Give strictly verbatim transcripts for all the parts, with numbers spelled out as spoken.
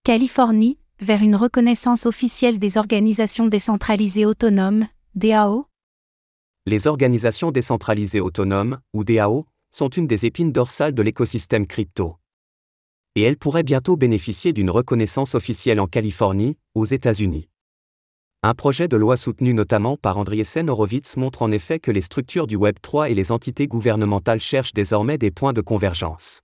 Californie, vers une reconnaissance officielle des organisations décentralisées autonomes, D A O? Les organisations décentralisées autonomes, ou D A O, sont une des épines dorsales de l'écosystème crypto. Et elles pourraient bientôt bénéficier d'une reconnaissance officielle en Californie, aux États-Unis. Un projet de loi soutenu notamment par Andreessen Horowitz montre en effet que les structures du Web trois et les entités gouvernementales cherchent désormais des points de convergence.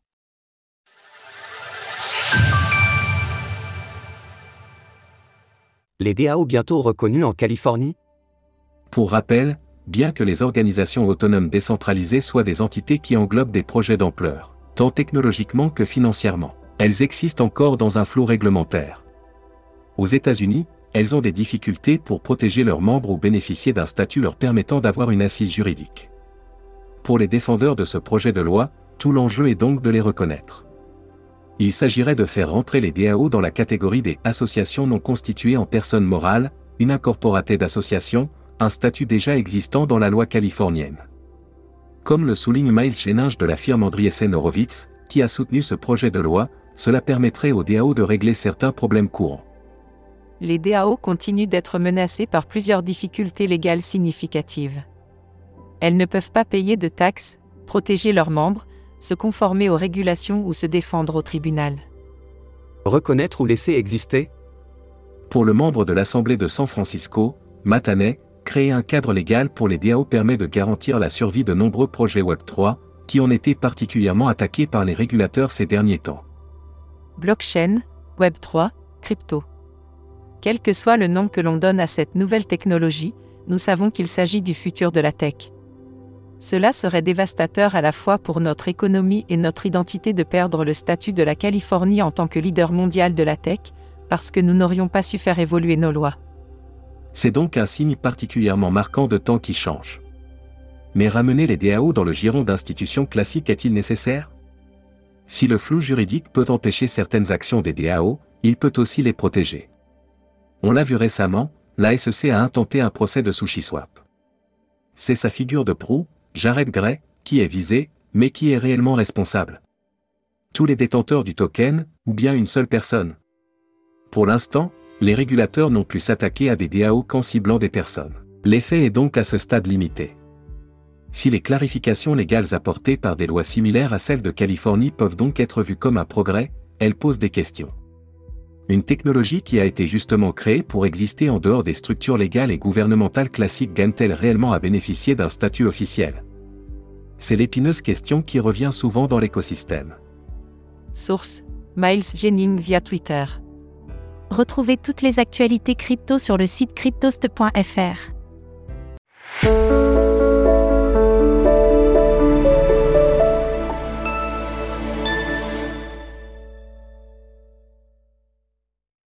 Les D A O bientôt reconnus en Californie? Pour rappel, bien que les organisations autonomes décentralisées soient des entités qui englobent des projets d'ampleur, tant technologiquement que financièrement, elles existent encore dans un flou réglementaire. Aux États-Unis, elles ont des difficultés pour protéger leurs membres ou bénéficier d'un statut leur permettant d'avoir une assise juridique. Pour les défendeurs de ce projet de loi, tout l'enjeu est donc de les reconnaître. Il s'agirait de faire rentrer les D A O dans la catégorie des associations non constituées en personne morale, une incorporatée d'association, un statut déjà existant dans la loi californienne. Comme le souligne Miles Jennings de la firme Andreessen Horowitz, qui a soutenu ce projet de loi, cela permettrait aux D A O de régler certains problèmes courants. Les D A O continuent d'être menacées par plusieurs difficultés légales significatives. Elles ne peuvent pas payer de taxes, protéger leurs membres, se conformer aux régulations ou se défendre au tribunal. Reconnaître ou laisser exister? Pour le membre de l'Assemblée de San Francisco, Matt Haney, créer un cadre légal pour les D A O permet de garantir la survie de nombreux projets Web trois, qui ont été particulièrement attaqués par les régulateurs ces derniers temps. Blockchain, Web trois, crypto. Quel que soit le nom que l'on donne à cette nouvelle technologie, nous savons qu'il s'agit du futur de la tech. Cela serait dévastateur à la fois pour notre économie et notre identité de perdre le statut de la Californie en tant que leader mondial de la tech, parce que nous n'aurions pas su faire évoluer nos lois. C'est donc un signe particulièrement marquant de temps qui change. Mais ramener les D A O dans le giron d'institutions classiques est-il nécessaire? Si le flou juridique peut empêcher certaines actions des D A O, il peut aussi les protéger. On l'a vu récemment, la S E C a intenté un procès de SushiSwap. C'est sa figure de proue, Jared Gray, qui est visé, mais qui est réellement responsable? Tous les détenteurs du token, ou bien une seule personne? Pour l'instant, les régulateurs n'ont pu s'attaquer à des D A O qu'en ciblant des personnes. L'effet est donc à ce stade limité. Si les clarifications légales apportées par des lois similaires à celles de Californie peuvent donc être vues comme un progrès, elles posent des questions. Une technologie qui a été justement créée pour exister en dehors des structures légales et gouvernementales classiques gagne-t-elle réellement à bénéficier d'un statut officiel? C'est l'épineuse question qui revient souvent dans l'écosystème. Source: Miles Jennings via Twitter. Retrouvez toutes les actualités crypto sur le site cryptost point f r.